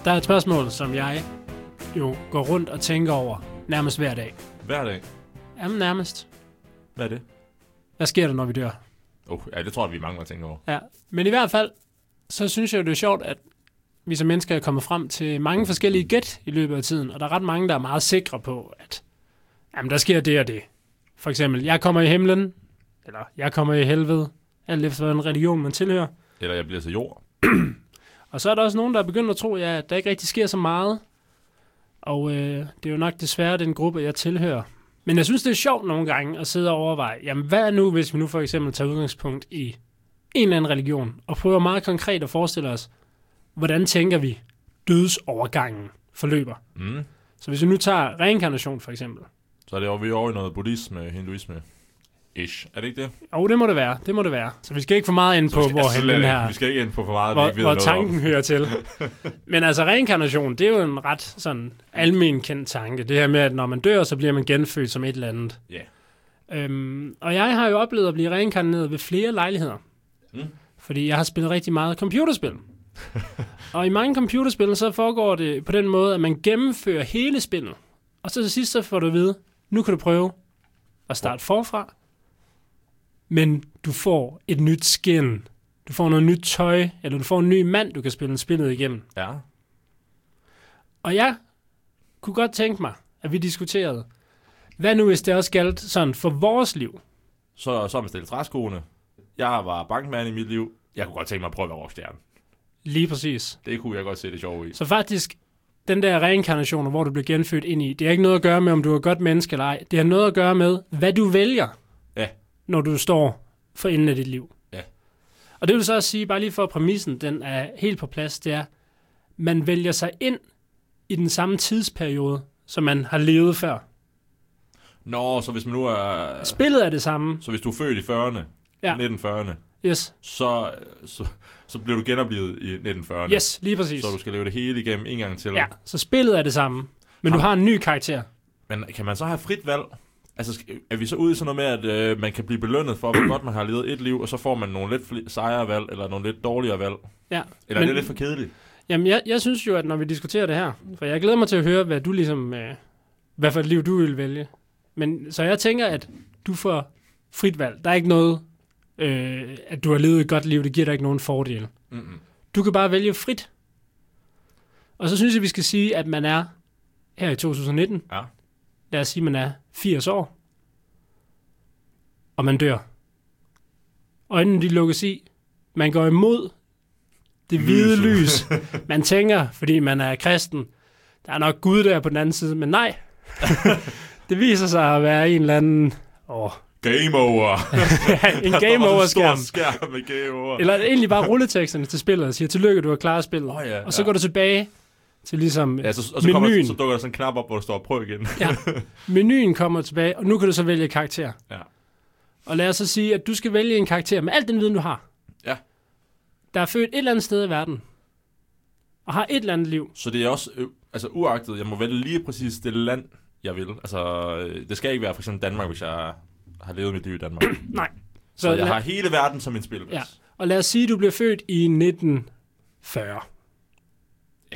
Der er et spørgsmål, som jeg jo går rundt og tænker over nærmest hver dag. Hver dag? Jamen nærmest. Hvad er det? Hvad sker der, når vi dør? Ja, det tror jeg, vi er mange, der tænker over. Ja, men i hvert fald, så synes jeg, det er sjovt, at vi som mennesker er kommet frem til mange forskellige gæt i løbet af tiden, og der er ret mange, der er meget sikre på, at jamen, der sker det og det. For eksempel, jeg kommer i himlen, eller jeg kommer i helvede, alt efter hvilken religion man tilhører. Eller jeg bliver til jord. Og så er der også nogen, der er begyndt at tro, at der ikke rigtig sker så meget. Og det er jo nok desværre den gruppe, jeg tilhører. Men jeg synes, det er sjovt nogle gange at sidde og overveje, jamen hvad er nu, hvis vi nu for eksempel tager udgangspunkt i en eller anden religion, og prøver meget konkret at forestille os, hvordan tænker vi dødsovergangen forløber. Mm. Så hvis vi nu tager reinkarnation for eksempel. Så er det vi over i noget buddhisme, hinduisme. Ish. Er det ikke det? Jo, det må det være. Det må det være. Så vi skal ikke for meget ind på, den her... Vi skal ikke ind på for meget, hvor tanken hører til. Men altså, reinkarnation, det er jo en ret sådan almen kendt tanke. Det her med, at når man dør, så bliver man genfødt som et eller andet. Ja. Yeah. Og jeg har jo oplevet at blive reinkarneret ved flere lejligheder. Fordi jeg har spillet rigtig meget computerspil. Og i mange computerspil, så foregår det på den måde, at man gennemfører hele spillet. Og så til sidst, så får du at vide, nu kan du prøve at starte forfra. Men du får et nyt skin. Du får noget nyt tøj, eller du får en ny mand, du kan spille spillet igennem. Ja. Og jeg kunne godt tænke mig, at vi diskuterede, hvad nu hvis det også galt sådan for vores liv? Så er man stillet træskoene. Jeg var bankmand i mit liv. Jeg kunne godt tænke mig at prøve at være rockstjerne. Lige præcis. Det kunne jeg godt se det sjove i. Så faktisk, den der reinkarnation, hvor du bliver genfødt ind i, det har ikke noget at gøre med, om du er et godt menneske eller ej. Det har noget at gøre med, hvad du vælger, når du står for enden af dit liv. Ja. Og det vil så også sige, bare lige for præmissen, den er helt på plads, det er, man vælger sig ind i den samme tidsperiode, som man har levet før. Nå, så hvis man nu er... Spillet er det samme. Så hvis du er født i 40'erne, 1940'erne, yes. så bliver du genoplevet i 1940'erne. Yes, lige præcis. Så du skal leve det hele igennem en gang til. Ja, så spillet er det samme, men du har en ny karakter. Men kan man så have frit valg? Altså, er vi så ude i sådan noget med, at man kan blive belønnet for, hvor godt man har levet et liv, og så får man nogle lidt sejere valg, eller nogle lidt dårligere valg? Ja. Eller er det lidt for kedeligt? Jamen, jeg synes jo, at når vi diskuterer det her, for jeg glæder mig til at høre, hvad du ligesom, hvad for et liv du vil vælge. Men så jeg tænker, at du får frit valg. Der er ikke noget, at du har levet et godt liv, det giver dig ikke nogen fordele. Mm-mm. Du kan bare vælge frit. Og så synes jeg, vi skal sige, at man er her i 2019. Ja. Lad os sige, at man er 80 år. Og man dør. Øjnene de lukkes i. Man går imod det hvide lys. Man tænker, fordi man er kristen, der er nok Gud der på den anden side, men nej. Det viser sig at være en eller anden... Game over. En game over skærm med game over. Eller egentlig bare rulleteksterne til spillet og siger, tillykke, du har klaret spillet. Og så går du tilbage til ligesom menuen. Så dukker der sådan en knap op, hvor der står prøv igen. Ja. Menuen kommer tilbage, og nu kan du så vælge karakter. Ja. Og lad os så sige, at du skal vælge en karakter med alt den viden, du har. Ja. Der er født et eller andet sted i verden. Og har et eller andet liv. Så det er også, uagtet, jeg må vælge lige præcis det land, jeg vil. Altså, det skal ikke være for eksempel Danmark, hvis jeg har levet mit liv i Danmark. Nej. Så jeg har hele verden som en spil. Ja. Og lad os sige, at du bliver født i 1940. Ja.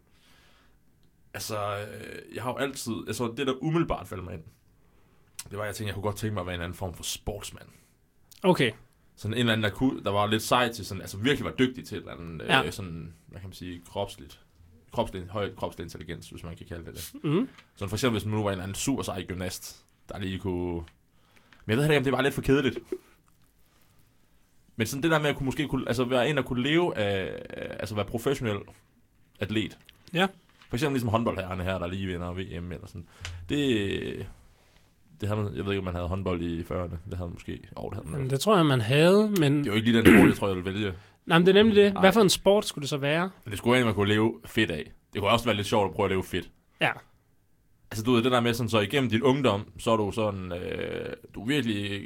Altså, jeg har jo altid... Altså, det der umiddelbart faldt mig ind, det var, jeg tænkte, jeg kunne godt tænke mig at være en anden form for sportsmand. Okay. Sådan en eller anden, der var lidt sej til sådan... Altså, virkelig var dygtig til et eller andet... sådan, hvad kan man sige, høj kropslig intelligens, hvis man kan kalde det det. Mm. Så for eksempel, hvis man nu var en eller anden super sej gymnast, der lige kunne... Men jeg ved ikke, om det var lidt for kedeligt. Men sådan det der med at kunne være en, der kunne leve af... Altså være professionel atlet. Ja. For eksempel ligesom håndboldherrerne her, der lige vinder VM eller sådan. Det havde man, jeg ved ikke, om man havde håndbold i 40'erne. Det havde man måske... det havde man. Det tror jeg, man havde, men... Det er jo ikke lige den sport, jeg tror, jeg ville vælge. Nej, men det er nemlig det. Hvad for en sport skulle det så være? Men det skulle egentlig, man kunne leve fedt af. Det kunne også være lidt sjovt at prøve at leve fedt. Ja. Altså, du ved, det der med sådan, så igennem din ungdom, så er du sådan... du virkelig...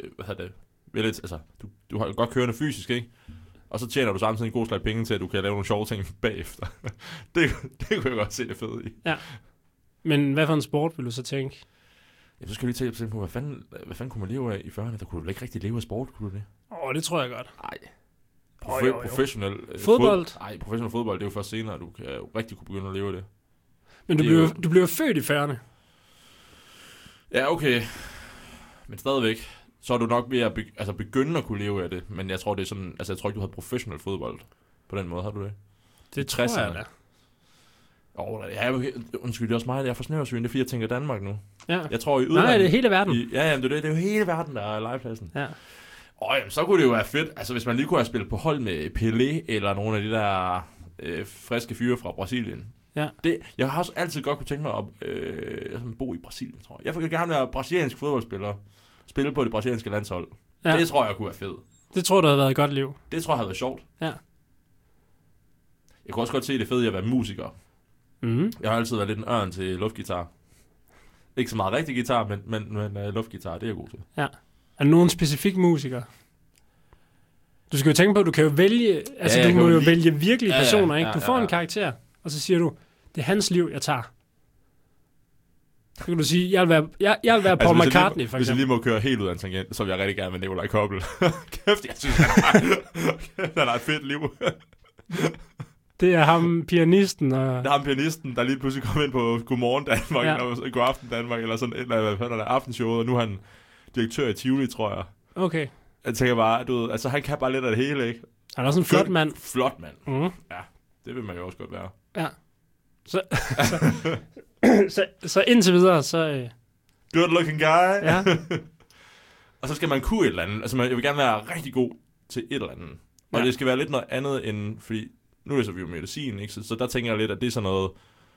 altså, du har godt kørende fysisk, ikke? Og så tjener du samtidig en god slag penge til, at du kan lave nogle sjove ting bagefter. det kunne jeg godt se det fede i. Ja. Men hvad for en sport vil du så tænke? Ja, så skal vi lige tænke på, hvad fanden kunne man leve af i 40'erne? Der kunne du ikke rigtig leve af sport, kunne du det? Det tror jeg godt. Nej. Professionel fodbold? Nej, professionel fodbold, det er jo først senere, du kan jo rigtig kunne begynde at leve af det. Men du bliver født i Færøerne. Ja, okay. Men stadigvæk, så er du nok ved at begynde at kunne leve af det. Men jeg tror, det er sådan, altså jeg tror ikke, du havde professionel fodbold på den måde, har du det? Det tror jeg da. Undskyld, det er også mig, jeg er for snæversyn, det er fordi, jeg tænker Danmark nu. Ja. Jeg tror i udlandet... Nej, det er hele verden. Det er jo hele verden, der er legepladsen. Ja. Jamen, så kunne det jo være fedt, altså hvis man lige kunne have spillet på hold med Pelé, eller nogle af de der friske fyre fra Brasilien. Ja. Jeg har også altid godt kunne tænke mig at bo i Brasilien, tror jeg. Jeg vil gerne være brasiliansk fodboldspiller, spille på det brasilianske landshold. Ja. Det tror jeg kunne være fedt. Det tror du havde været et godt liv. Det tror jeg havde været sjovt. Ja. Jeg kunne også godt se det fede i at være musiker. Mm. Jeg har altid været lidt en ørn til luftgitar. Ikke så meget rigtig guitar, men luftgitar, det er jeg god til. Ja. Er der nogen specifik musiker? Du skal jo tænke på, at du kan jo vælge, altså du må jo vælge virkelige personer, ikke? Du får en karakter, og så siger du, det er hans liv, jeg tager. Så kan du sige, jeg vil være Paul McCartney, for eksempel. Hvis jeg lige må køre helt ud af en tangent, så vil jeg rigtig gerne med Nikolaj Koppel. Kæft, jeg synes, han har et fedt liv. Det er ham, pianisten. Og... Det er ham, pianisten, der lige pludselig kom ind på Godmorgen Danmark, eller Godaften Danmark, eller sådan, eller hvad der aftenshowet, og nu er han direktør i Tivoli, tror jeg. Okay. Jeg tænker bare, du ved, altså han kan bare lidt af det hele, ikke? Han er også en flot mand. Flot mand. Mm. Ja, det vil man jo også godt være. Ja. Så indtil videre, så... Good looking guy. Ja. Og så skal man kunne et eller andet. Altså, jeg vil gerne være rigtig god til et eller andet. Og det skal være lidt noget andet end... Fordi nu er det så vi jo medicin, ikke? Så der tænker jeg lidt, at det er sådan noget...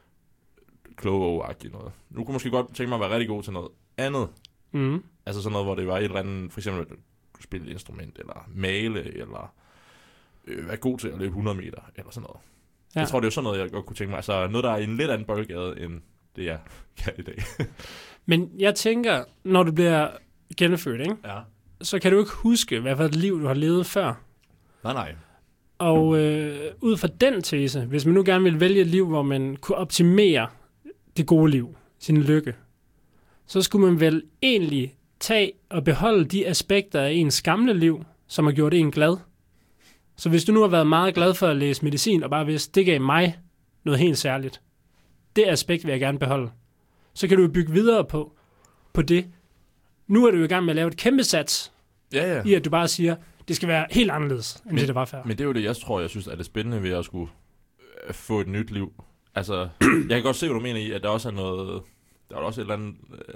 kloge-agtigt noget. Nu kunne jeg måske godt tænke mig at være rigtig god til noget andet. Mm. Altså sådan noget, hvor det var et eller andet... For eksempel spille et instrument, eller male, eller... være god til at løbe 100 meter, eller sådan noget. Ja. Jeg tror, det er sådan noget, jeg godt kunne tænke mig. Altså noget, der er i en lidt anden boldgade, end det jeg kan i dag. Men jeg tænker, når du bliver genfødt, ikke? Ja. Så kan du ikke huske, hvad for et liv, du har levet før. Nej. Og ud fra den tese, hvis man nu gerne vil vælge et liv, hvor man kunne optimere det gode liv, sin lykke, så skulle man vel egentlig tage og beholde de aspekter af ens gamle liv, som har gjort en glad. Så hvis du nu har været meget glad for at læse medicin, og bare vidste, det gav mig noget helt særligt, det aspekt vil jeg gerne beholde. Så kan du bygge videre på det. Nu er du i gang med at lave et kæmpe sats, i at du bare siger, det skal være helt anderledes, end det der var før. Men det er jo det, jeg synes er det spændende ved at skulle få et nyt liv. Altså, jeg kan godt se, hvad du mener i, at der også er noget, der er også et eller andet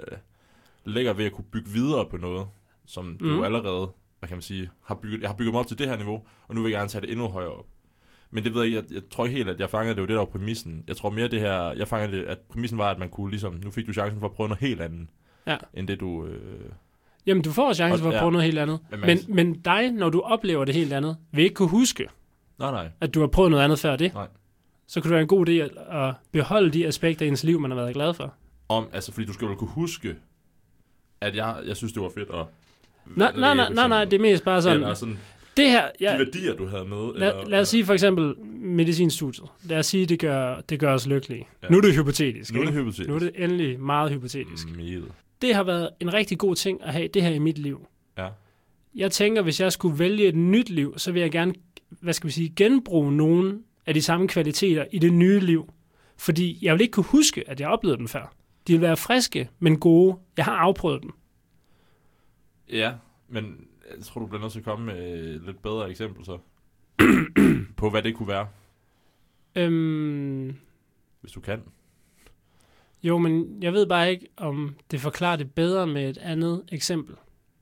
lækker ved at kunne bygge videre på noget, som du allerede, hvad kan man sige, jeg har bygget mig op til det her niveau, og nu vil jeg gerne tage det endnu højere op. Men det ved jeg tror ikke helt, at jeg fangede det jo det, der var præmissen. Jeg tror mere det her, jeg fangede det, at præmissen var, at man kunne ligesom, nu fik du chancen for at prøve noget helt andet, end det du... Jamen, du får chancen for at prøve noget helt andet. Men dig, når du oplever det helt andet, vil ikke kunne huske, at du har prøvet noget andet før det. Nej. Så kunne det være en god idé at beholde de aspekter i ens liv, man har været glad for. Altså, fordi du skal jo kunne huske, at jeg synes, det var fedt at... Nej, det er mest bare sådan... Det her, de værdier, du havde med. Lad os sige for eksempel medicinstudiet. Lad os sige, det gør os lykkelige. Ja. Nu er det hypotetisk. Nu er det endelig meget hypotetisk. Det har været en rigtig god ting at have det her i mit liv. Ja. Jeg tænker, hvis jeg skulle vælge et nyt liv, så vil jeg gerne, genbruge nogle af de samme kvaliteter i det nye liv. Fordi jeg vil ikke kunne huske, at jeg oplevede dem før. De vil være friske, men gode. Jeg har afprøvet dem. Ja, men... Jeg tror, du bliver nødt til at komme med lidt bedre eksempler så. På hvad det kunne være. Hvis du kan. Jo, men jeg ved bare ikke, om det forklarer det bedre med et andet eksempel.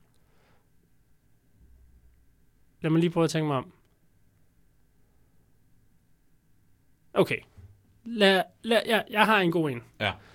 Lad mig lige prøve at tænke mig om. Okay. Jeg har en god en.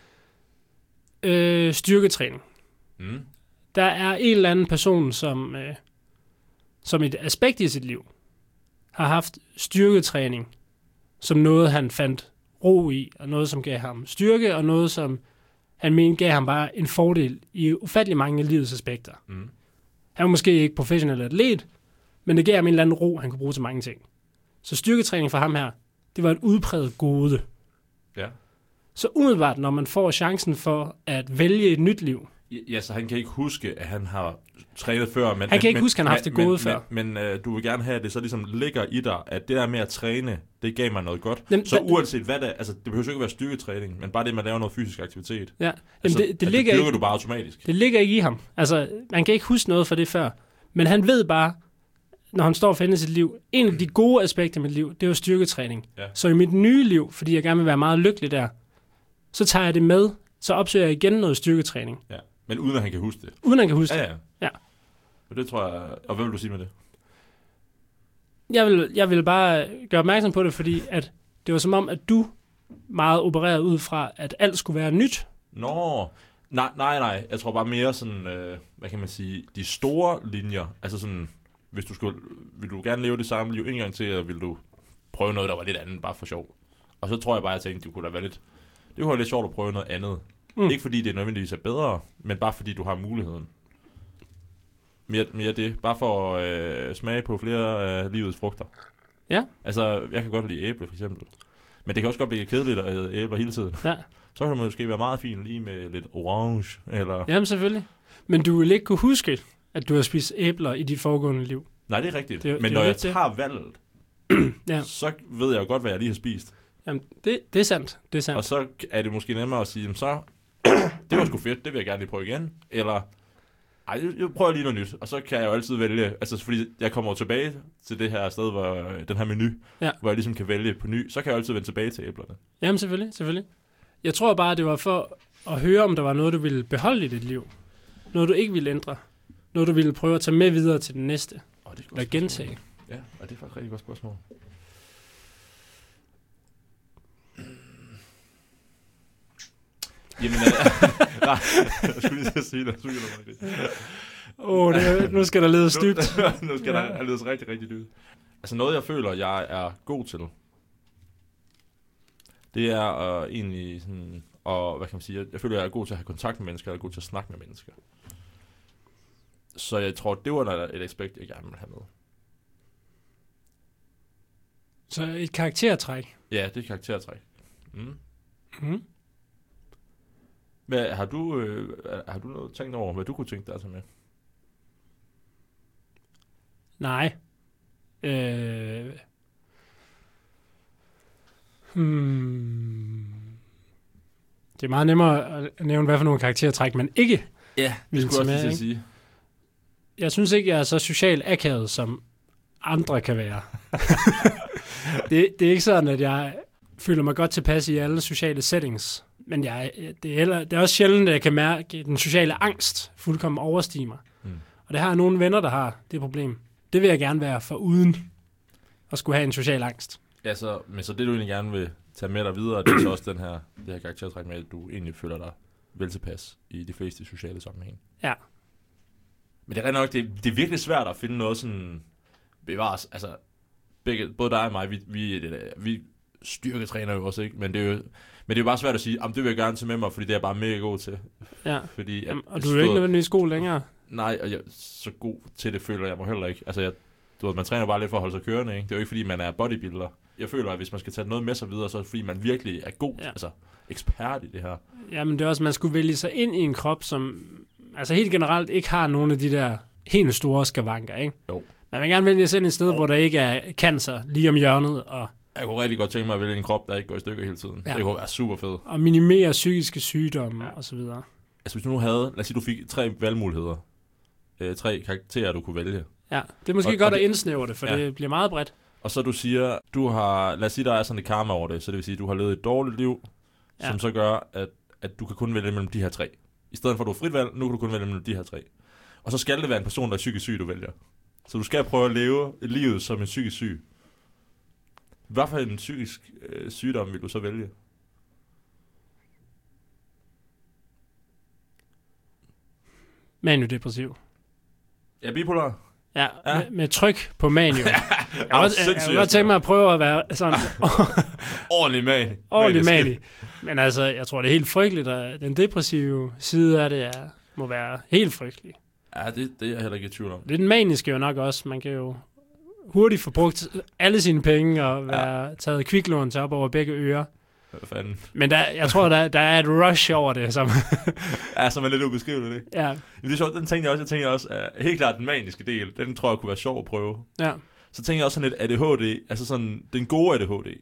Ja. Styrketræning. Mm. Der er en eller anden person, som et aspekt i sit liv har haft styrketræning som noget, han fandt ro i, og noget, som gav ham styrke, og noget, som han mente gav ham bare en fordel i ufattelig mange af livets aspekter. Mm. Han var måske ikke professionel atlet, men det gav ham en eller anden ro, han kunne bruge til mange ting. Så styrketræning for ham her, det var et udpræget gode. Ja. Så umiddelbart, når man får chancen for at vælge et nyt liv, Ja, så han kan ikke huske, at han har trænet før. Men, han kan ikke huske, at han har haft det gode før. Men du vil gerne have, at det så ligesom ligger i dig, at det der med at træne, det gav mig noget godt. Jamen, så uanset hvad det er, altså det behøver jo ikke være styrketræning, men bare det med at lave noget fysisk aktivitet. Ja, altså, det ligger ikke, du bare automatisk. Det ligger ikke i ham. Altså, man kan ikke huske noget fra det før. Men han ved bare, når han står for ende sit liv, en af de gode aspekter i mit liv, det er jo styrketræning. Ja. Så i mit nye liv, fordi jeg gerne vil være meget lykkelig der, så tager jeg det med, så opsøger jeg igen noget styrketræning. Ja. Men uden at han kan huske det. Uden at han kan huske det. Ja. Og det tror jeg... Og hvad vil du sige med det? Jeg vil bare gøre opmærksom på det, fordi at det var som om, at du meget opererede ud fra, at alt skulle være nyt. Nå, nej. Jeg tror bare mere sådan, hvad kan man sige, de store linjer. Altså sådan, hvis du vil du gerne leve det samme liv en gang til, eller vil du prøve noget, der var lidt andet, bare for sjov. Og så tror jeg bare, at jeg tænkte, det kunne være lidt sjovt at prøve noget andet. Ikke fordi det nødvendigvis er bedre, men bare fordi du har muligheden. Mere det. Bare for at smage på flere af livets frugter. Ja. Altså, jeg kan godt lide æble, for eksempel. Men det kan også godt blive kedeligt at æde æbler hele tiden. Ja. Så kan det måske være meget fint lige med lidt orange, eller... Jamen, selvfølgelig. Men du vil ikke kunne huske, at du har spist æbler i dit foregående liv. Nej, det er rigtigt. Men når jeg tager valget, ja. så ved jeg jo godt, hvad jeg lige har spist. Jamen, det er sandt. Det er sandt. Og så er det måske nemmere at sige, så... det var sgu fedt, det vil jeg gerne lige prøve igen. Eller... Ej, jeg prøver lige noget nyt, og så kan jeg jo altid vælge, altså fordi jeg kommer tilbage til det her sted, hvor den her menu, hvor jeg ligesom kan vælge på ny, så kan jeg altid vende tilbage til æblerne. Jamen selvfølgelig. Jeg tror bare, det var for at høre, om der var noget, du ville beholde i dit liv. Noget, du ikke ville ændre. Noget, du ville prøve at tage med videre til den næste. Eller gentage. Ja, og det er faktisk et rigtig godt spørgsmål. Jamen, nej, jeg skulle lige sige det. Nu skal der ledes dybt. Nu skal der ledes rigtig, rigtig dybt. Altså noget, jeg føler, jeg er god til, det er egentlig sådan, og hvad kan man sige, jeg føler, jeg er god til at have kontakt med mennesker, jeg er god til at snakke med mennesker. Så jeg tror, det var et aspekt, jeg gerne vil have med. Så et karaktertræk? Ja, det er et karaktertræk. Men har du noget tænkt over, hvad du kunne tænke dig at tage med? Nej. Det er meget nemmere at nævne, hvad for nogle karaktertræk man ikke vil tage med. Ja, det sige. Jeg synes ikke, jeg er så socialt akavet, som andre kan være. det er ikke sådan, at jeg føler mig godt tilpas i alle sociale settings. Men det er også sjældent, at jeg kan mærke, at den sociale angst fuldkommen overstiger mig. Og det har jeg nogle venner, der har det problem. Det vil jeg gerne være foruden at skulle have en social angst. Ja, men så det, du egentlig gerne vil tage med dig videre, det er så også det her karaktertræk med, at du egentlig føler dig vel tilpas i de fleste sociale sammenhæng. Ja. Men det er nok, det er virkelig svært at finde noget sådan bevares. Altså, både dig og mig, vi styrketræner jo også, ikke? Men det er jo bare svært at sige, det vil jeg gerne tage med mig, fordi det er jeg bare mega god til. Ja, fordi, og du er jo ikke nødvendigvis god længere. Nej, og så god til det føler jeg mig heller ikke. Altså, man træner bare lidt for at holde sig kørende, ikke? Det er jo ikke, fordi man er bodybuilder. Jeg føler, at hvis man skal tage noget med sig videre, så er det, fordi man virkelig er god, altså ekspert i det her. Ja, men det er også, man skulle vælge sig ind i en krop, som altså helt generelt ikke har nogen af de der helt store skavanker, ikke? Jo. Man vil gerne vælge sig ind et sted, hvor der ikke er cancer lige om hjørnet, og jeg kunne rigtig godt tænke mig at vælge en krop, der ikke går i stykker hele tiden. Ja. Det kunne være super fedt. Og minimere psykiske sygdomme og så videre. Altså hvis du nu havde, lad os sige, du fik 3 valgmuligheder. 3 karakterer, du kunne vælge. Ja, det er måske godt at indsnævre det, for det bliver meget bredt. Og så du siger, lad os sige, der er sådan et karma over det, så det vil sige, du har levet et dårligt liv, som så gør, at du kan kun vælge mellem de her 3. I stedet for at du har frit valg, nu kan du kun vælge mellem de her 3. Og så skal det være en person, der er psykisk syg, du vælger. Så du skal prøve at leve livet som en psykisk syg. Hvad for en psykisk sygdom vil du så vælge? Maniodepressiv. Ja, bipolar. Ja. Med tryk på manio. Jeg vil godt tænke mig at prøve at være sådan... Ordentlig mani. Men altså, jeg tror, det er helt frygteligt, at den depressive side af det må være helt frygtelig. Ja, det er jeg heller ikke i tvivl om. Det er den maniske jo nok også. Man kan jo hurtigt få brugt alle sine penge og være taget kviklån til op over begge ører. Hvad fanden? Men jeg tror, der er et rush over det. Som som er lidt ubeskriveligt, ikke? Ja. Det er sjovt, den tænkte jeg også, at helt klart den maniske del, den tror jeg kunne være sjov at prøve. Ja. Så tænker jeg også sådan lidt ADHD, altså sådan den gode ADHD.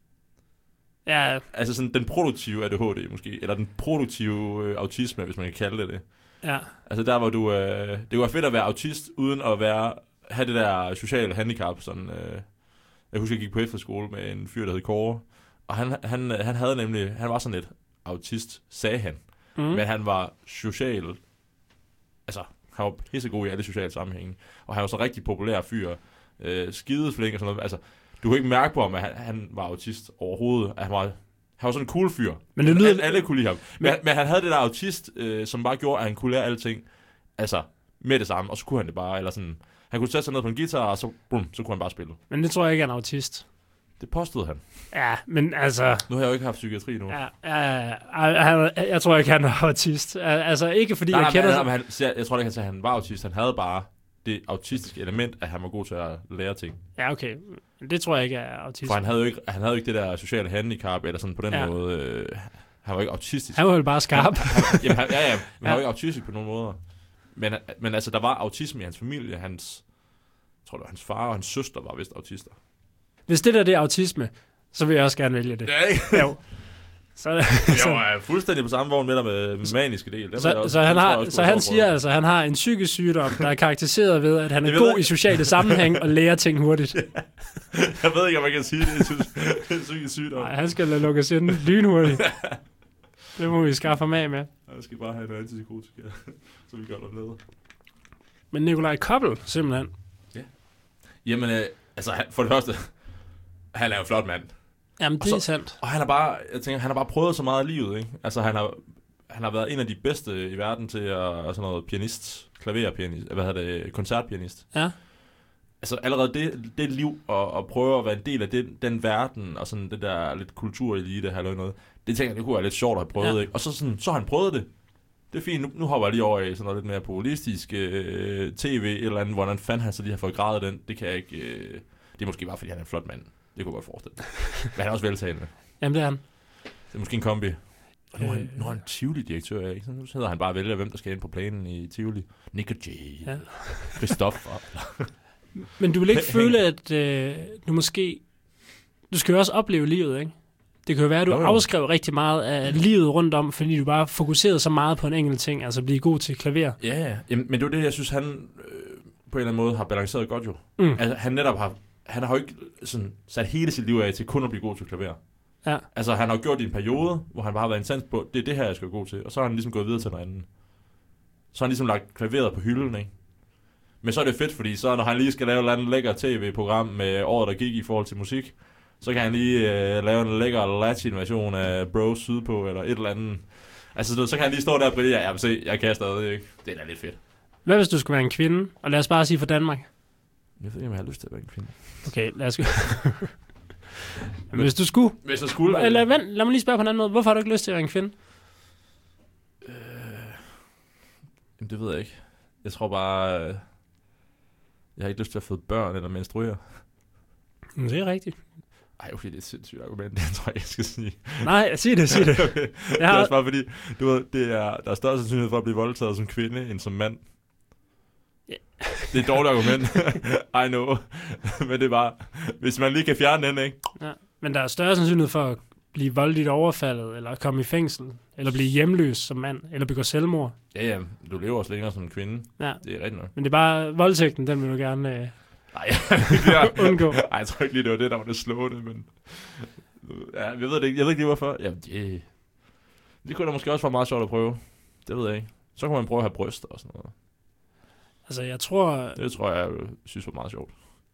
Ja. Altså sådan den produktive ADHD måske, eller den produktive autisme, hvis man kan kalde det. Ja. Altså der, hvor du... det var fedt at være autist, uden at have det der sociale handicap. Sådan, jeg husker, jeg gik på efterskole med en fyr, der hed Kåre. Og han havde nemlig... Han var sådan lidt autist, sagde han. Men han var social... Altså, han var pissegod i alle sociale sammenhænge. Og han var så rigtig populær fyr. Skideflink og sådan noget. Altså, du kunne ikke mærke på ham, at han var autist overhovedet. At han var sådan en cool fyr. Men det lyder... Alle kunne lide ham. Men han havde det der autist, som bare gjorde, at han kunne lære alting. Altså, med det samme. Og så kunne han det bare, eller sådan... Han kunne sætte sig ned på en guitar, og så kunne han bare spille. Men det tror jeg ikke er en autist. Det påstod han. Ja, men altså... Nu har jeg jo ikke haft psykiatri nu. Jeg tror ikke, han er autist. Altså, ikke fordi jeg kender... Jeg tror ikke, at han var autist. Han havde bare det autistiske element, at han var god til at lære ting. Ja, okay. Det tror jeg ikke er autist. For han havde jo ikke det der sociale handicap, eller sådan på den måde... han var ikke autistisk. Han var jo bare skarp. Men han var jo ikke autistisk på nogen måder. Men altså, der var autisme i hans familie. Jeg tror, det var hans far og hans søster var vist autister. Hvis det der det er autisme, så vil jeg også gerne vælge det. Ja, ikke? Jo. Jeg er fuldstændig på samme vogn med dig med maniske del. Så han siger altså, at han har en psykisk sygdom, der er karakteriseret ved, at han er god i sociale sammenhæng og lærer ting hurtigt. Jeg ved ikke, om man kan sige, det er en psykisk sygdom. Nej, han skal lade lukkes ind lynhurtigt. Det må vi skaffe ham af med. Jeg skal bare have noget antipsykotika, så vi gør noget ned. Men Nikolaj Koppel, simpelthen. Ja. Jamen, altså for det første, han er jo en flot mand. Jamen, det er sandt. Og han har bare prøvet så meget i livet, ikke? Altså, han har været en af de bedste i verden til at sådan noget klaverpianist, koncertpianist. Ja. Altså, allerede det liv, og prøve at være en del af den verden, og sådan det der lidt kulturelite, eller noget, det tænker jeg, det kunne være lidt sjovt at have prøvet, ikke? Og så har han prøvet det. Det er fint, nu hopper jeg lige over i sådan noget lidt mere populistisk tv, eller andet, hvordan fanden han så lige har fået gradet den, det kan jeg ikke... det er måske bare, fordi han er en flot mand. Det kunne jeg godt forestille. Men han er også veltalende. Jamen, det er han. Det er måske en kombi. Og nu er han Tivoli-direktør, ikke? Så nu sidder han bare og vælger, hvem der skal ind på planen i Tivoli. Nick og Jay. Ja. Christoffer. Men du vil ikke føle, at du måske... Du skal jo også opleve livet, ikke? Det kan jo være, at du afskrev rigtig meget af livet rundt om, fordi du bare fokuserede så meget på en enkelt ting, altså blive god til klaver. Ja. Jamen, men det er det, jeg synes, han på en eller anden måde har balanceret godt jo. Altså, han har jo ikke sådan sat hele sit liv af til kun at blive god til klaver. Ja. Altså, han har gjort det i en periode, hvor han bare har været intens på, det er det her, jeg skal gå til. Og så har han ligesom gået videre til noget andet. Så har han ligesom lagt klaveret på hylden, ikke? Men så er det fedt, fordi så når han lige skal lave et eller andet lækker tv-program med året, der gik i forhold til musik, så kan han lige lave en lækker latin-version af Bros Sydpå, eller et eller andet. Altså, så kan han lige stå der og brille, jeg vil se, jeg kan stadig, ikke? Det er da lidt fedt. Hvad hvis du skulle være en kvinde? Og lad os bare sige for Danmark. Jeg ved ikke, om jeg har lyst til at være en kvinde. Okay, lad os... Hvis du skulle... Hvis jeg skulle... Lad mig lige spørge på en anden måde. Hvorfor har du ikke lyst til at være en kvinde? Jamen, det ved jeg ikke. Jeg tror bare... jeg har ikke lyst til at føde børn eller menstruere. Det er rigtigt. Ej, okay, det er et sindssygt argument, det tror jeg skal sige. Nej, sig det. Okay. Det er også bare fordi, du ved, der er større sandsynlighed for at blive voldtaget som kvinde end som mand. Yeah. Det er et dårligt argument. I know. Men det er bare, hvis man lige kan fjerne den, ikke? Ja. Men der er større sandsynlighed for at blive voldeligt overfaldet, eller komme i fængsel, eller blive hjemløs som mand, eller begå selvmord. Ja, du lever også længere som en kvinde. Ja. Det er rigtigt nok. Men det er bare voldtægten, den vil du gerne... undgå. Ej, jeg tror ikke lige, det var det, der var det slående, men... Ja, jeg ved det ikke. Jeg ved ikke lige, hvorfor. Jamen, det kunne da måske også være meget sjovt at prøve. Det ved jeg ikke. Så kan man prøve at have bryster og sådan noget. Altså, jeg tror... Det tror jeg synes var meget sjovt.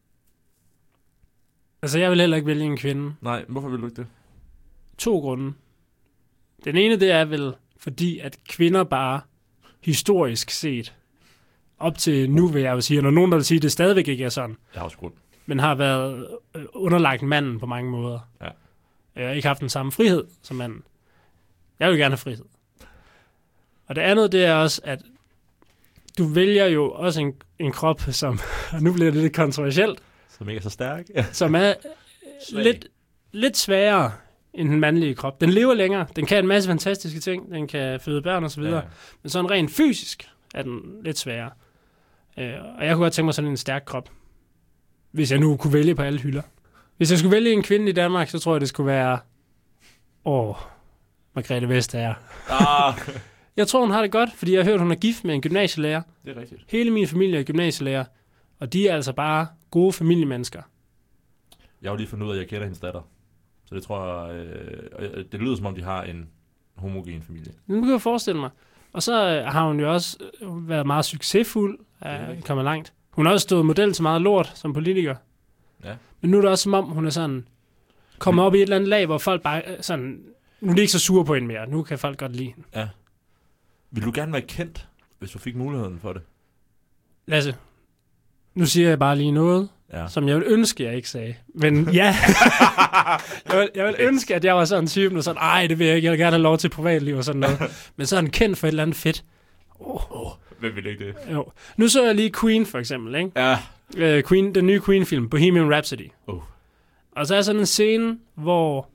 Altså, jeg vil heller ikke vælge en kvinde. Nej, hvorfor vil du ikke det? 2 grunde. Den ene, det er vel, fordi at kvinder bare historisk set, op til nu vil jeg jo sige, og når nogen der vil sige, at det stadigvæk ikke er sådan. Jeg har også grund. Men har været underlagt manden på mange måder. Ja. Jeg har ikke haft den samme frihed som manden. Jeg vil gerne have frihed. Og det andet, det er også, at du vælger jo også en krop, som, og nu bliver det lidt kontroversielt. Som ikke er så stærk. Som er lidt sværere end den mandlige krop. Den lever længere. Den kan en masse fantastiske ting. Den kan føde børn og så videre. Ja. Men sådan rent fysisk er den lidt sværere. Og jeg kunne godt tænke mig sådan en stærk krop. Hvis jeg nu kunne vælge på alle hylder. Hvis jeg skulle vælge en kvinde i Danmark, så tror jeg, det skulle være... Margrethe Vestager. Jeg tror, hun har det godt, fordi jeg har hørt, hun er gift med en gymnasielærer. Det er rigtigt. Hele min familie er gymnasielærer, og de er altså bare gode familiemennesker. Jeg har jo lige fundet ud af, at jeg kender hendes datter. Så det tror jeg... det lyder, som om de har en homogen familie. Det kan jeg forestille mig. Og så har hun jo også været meget succesfuld, kommet langt. Hun har også stået model til meget lort som politiker. Ja. Men nu er det også som om, hun er sådan kommet op i et eller andet lag, hvor folk bare sådan... Nu er de ikke så sure på hende mere. Nu kan folk godt lide hende. Ja. Vil du gerne være kendt, hvis du fik muligheden for det? Lasse, nu siger jeg bare lige noget, som jeg vil ønske, jeg ikke sagde. Men ja, jeg vil ønske, at jeg var sådan en typen, og sådan, det vil jeg ikke. Jeg vil gerne have lov til privatliv og sådan noget. Men sådan kendt for et eller andet fedt. Hvem vil ikke det? Jo. Nu så jeg lige Queen, for eksempel, ikke? Ja. Queen, den nye Queen-film, Bohemian Rhapsody. Og så er sådan en scene, hvor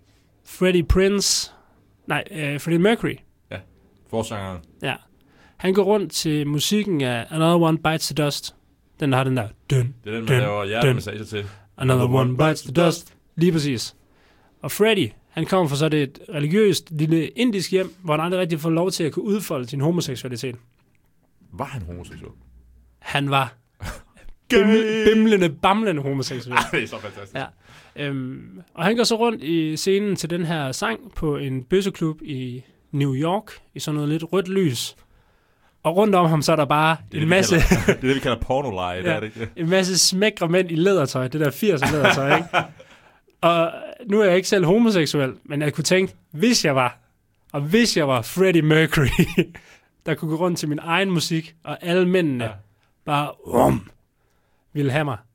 Freddie Mercury. Ja, forsangeren. Ja. Han går rundt til musikken af Another One Bites the Dust. Den har den der. Dun, det er den, man laver hjertemassager til. Another One Bites the Dust. Lige præcis. Og Freddie, han kommer fra så det et religiøst lille indisk hjem, hvor han aldrig rigtig får lov til at kunne udfolde sin homoseksualitet. Var han homoseksuel? Han var bamlende homoseksuel. Det er så fantastisk. Ja. Og han går så rundt i scenen til den her sang på en bøsseklub i New York, i sådan noget lidt rødt lys. Og rundt om ham, så er der bare en masse... det er det, vi kalder porno-leje, ja, er det ikke? En masse smækre mænd i lædertøj, det der 80'er lædertøj, ikke? Og nu er jeg ikke selv homoseksuel, men jeg kunne tænke, hvis jeg var Freddie Mercury, der kunne gå rundt til min egen musik, og alle mændene bare ville have mig.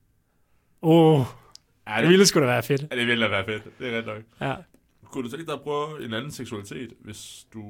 Det ville sgu da være fedt. Ja, det ville da være fedt. Det er ret nok. Ja. Kunne du så ikke da prøve en anden seksualitet, hvis du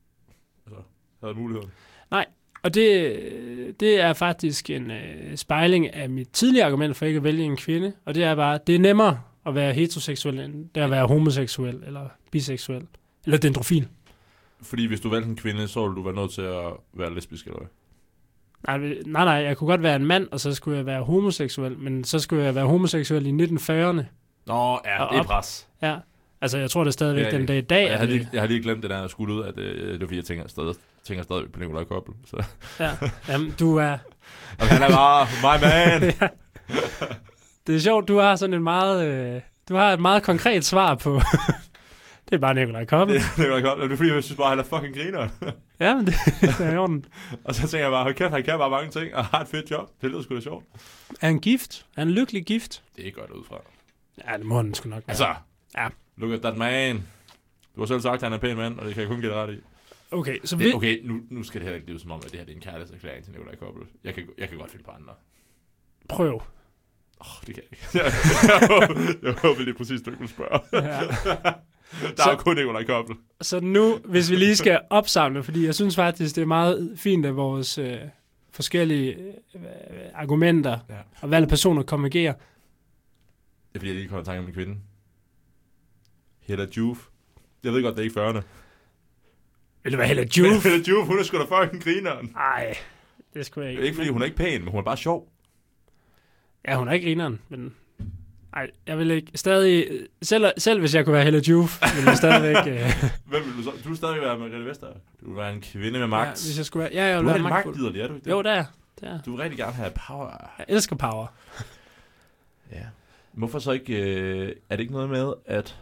havde muligheden? Nej, og det er faktisk en spejling af mit tidligere argument for ikke at vælge en kvinde, og det er bare, det er nemmere at være heteroseksuel, end det at være homoseksuel, eller biseksuel, eller dendrofil. Fordi hvis du valgte en kvinde, så ville du være nødt til at være lesbisk, eller hvad? Nej, jeg kunne godt være en mand, og så skulle jeg være homoseksuel, men så skulle jeg være homoseksuel i 1940'erne. Nå, ja, det er pres. Ja, altså jeg tror det er stadigvæk den dag i dag. Jeg har lige glemt det der skud ud, at det var fordi, jeg tænker stadig på Nikolaj Koppel. Så. Ja, jamen du er... Og han er bare my man. Ja. Det er sjovt, du har sådan en meget... du har et meget konkret svar på... Det er bare Nikolaj Koppel. Det er Nikolaj Koppel. Det er fordi, jeg synes bare, han er fucking griner. Ja, men det er i orden. Og så tænker jeg bare, hold kæft, han kan bare mange ting, og har et fedt job. Det lyder sgu da sjovt. Er han gift? Er han lykkelig gift? Det er ikke godt udefra. Ja, det må han sgu nok være. Altså, ja. Look at that man. Du har selv sagt, at han er en pæn mand, og det kan jeg kun give ret i. Okay, så nu skal det heller ikke blive som om, at det her er en kærlighedserklæring til Nikolaj Koppel. Jeg kan godt finde på andre. Prøv. Det kan jeg ikke. Jeg håber lige præcis, du ikke vil spørge. Ja. Der er jo kun Nikolaj Koppel. Så nu, hvis vi lige skal opsamle, fordi jeg synes faktisk, det er meget fint, at vores forskellige argumenter og valgte personer konvergerer. Det er fordi, jeg lige kommer i tanke om en kvinde. Hella Juf. Jeg ved godt, det er ikke 40'erne. Vil det være Hella Juf? Hella Juf, hun er sgu da fucking grineren. Nej, det skulle jeg ikke. Ikke fordi hun er ikke pæn, men hun er bare sjov. Ja, hun er ikke grineren, men... Nej, jeg vil ikke stadig... Selv hvis jeg kunne være Hella Juf, ville jeg stadigvæk... Hvem vil du så? Du vil stadig være Margrethe Vestager. Du vil være en kvinde med magt. Ja, hvis jeg skulle være... Ja, jeg vil være magtfuld. Du er magtliderlig, er du ikke det? Jo, det er. Du vil rigtig gerne have power. Jeg elsker power. Ja. Hvorfor så ikke... er det ikke noget med, at...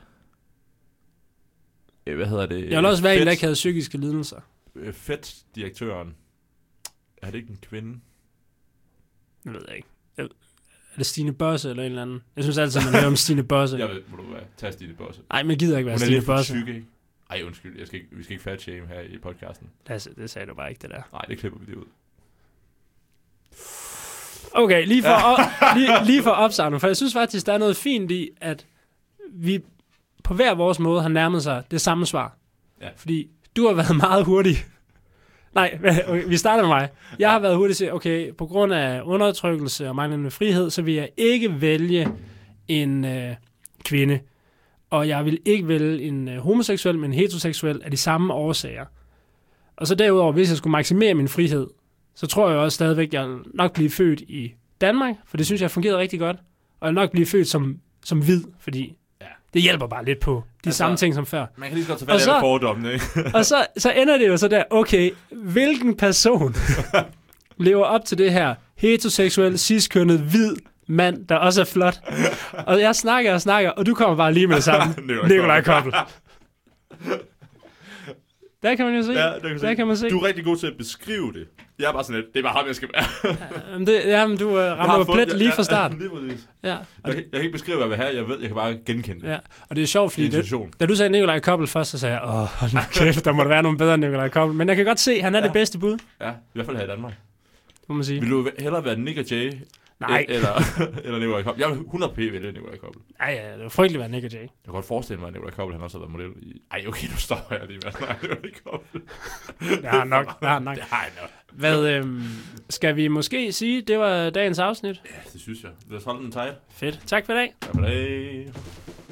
Hvad hedder det? Jeg vil også være en, der ikke havde psykiske lidelser. Fedt-direktøren. Er det ikke en kvinde? Jeg ved ikke. Er det Stine Bosse eller en eller anden? Jeg synes altid, man hører om Stine Bosse. Jeg ved, må du være. Tag Stine Bosse. Nej, men jeg gider ikke være Stine Bosse. Hun er lidt for syg, ikke? Ej, undskyld. Vi skal ikke fat shame her i podcasten. Det sagde du bare ikke, det der. Nej, det klipper vi det ud. Okay, lige for opsamling, for jeg synes faktisk, der er noget fint i, at vi på hver vores måde har nærmet sig det samme svar. Ja. Fordi du har været meget hurtig. Nej, okay, vi starter med mig. Jeg har været hurtig til, okay, på grund af undertrykkelse og manglende frihed, så vil jeg ikke vælge en kvinde. og jeg vil ikke vælge en homoseksuel, men en heteroseksuel af de samme årsager. Og så derudover, hvis jeg skulle maksimere min frihed, så tror jeg også stadigvæk, at jeg vil nok blive født i Danmark, for det synes jeg fungerer rigtig godt. Og jeg vil nok blive født som hvid, fordi det hjælper bare lidt på de samme ting som før. Man kan lige så godt tage fat i alle fordommene, ikke? Og så ender det jo så der, okay, hvilken person lever op til det her heteroseksuel, cis-kønnet, hvid mand, der også er flot? Og jeg snakker, og du kommer bare lige med det samme. Nikolaj Koppel. Der kan man jo se. Ja, der kan man se. Du er rigtig god til at beskrive det. Jeg er bare sådan lidt, det er bare ham, jeg skal være. Men du rammer jo plet lige fra start. Lige præcis. Ja. Jeg kan ikke beskrive, hvad jeg vil have. Jeg ved, jeg kan bare genkende det. Ja. Og det er sjovt, fordi da du sagde Nikolaj Koppel først, så sagde jeg, hold nu kæft, der må der være nogen bedre end Nikolaj Koppel. Men jeg kan godt se, at han er det bedste bud. Ja, i hvert fald her i Danmark. Må man sige. Vil du hellere være Nick og Jay? Nej. Eller Nikolaj Koppel? Jeg vil 100p vælge Nikolaj Koppel. Nej, det var frygteligt at være Nick og Jay. Jeg kan godt forestille mig, at Nikolaj Koppel han også har været model i... Ej, okay, nu stopper jeg lige med. Nej, Nikolaj Koppel. Det har nok. Det har nok. Hvad, skal vi måske sige, det var dagens afsnit? Ja, det synes jeg. Lad os holde den tight. Fedt. Tak for i dag. Tak for i dag.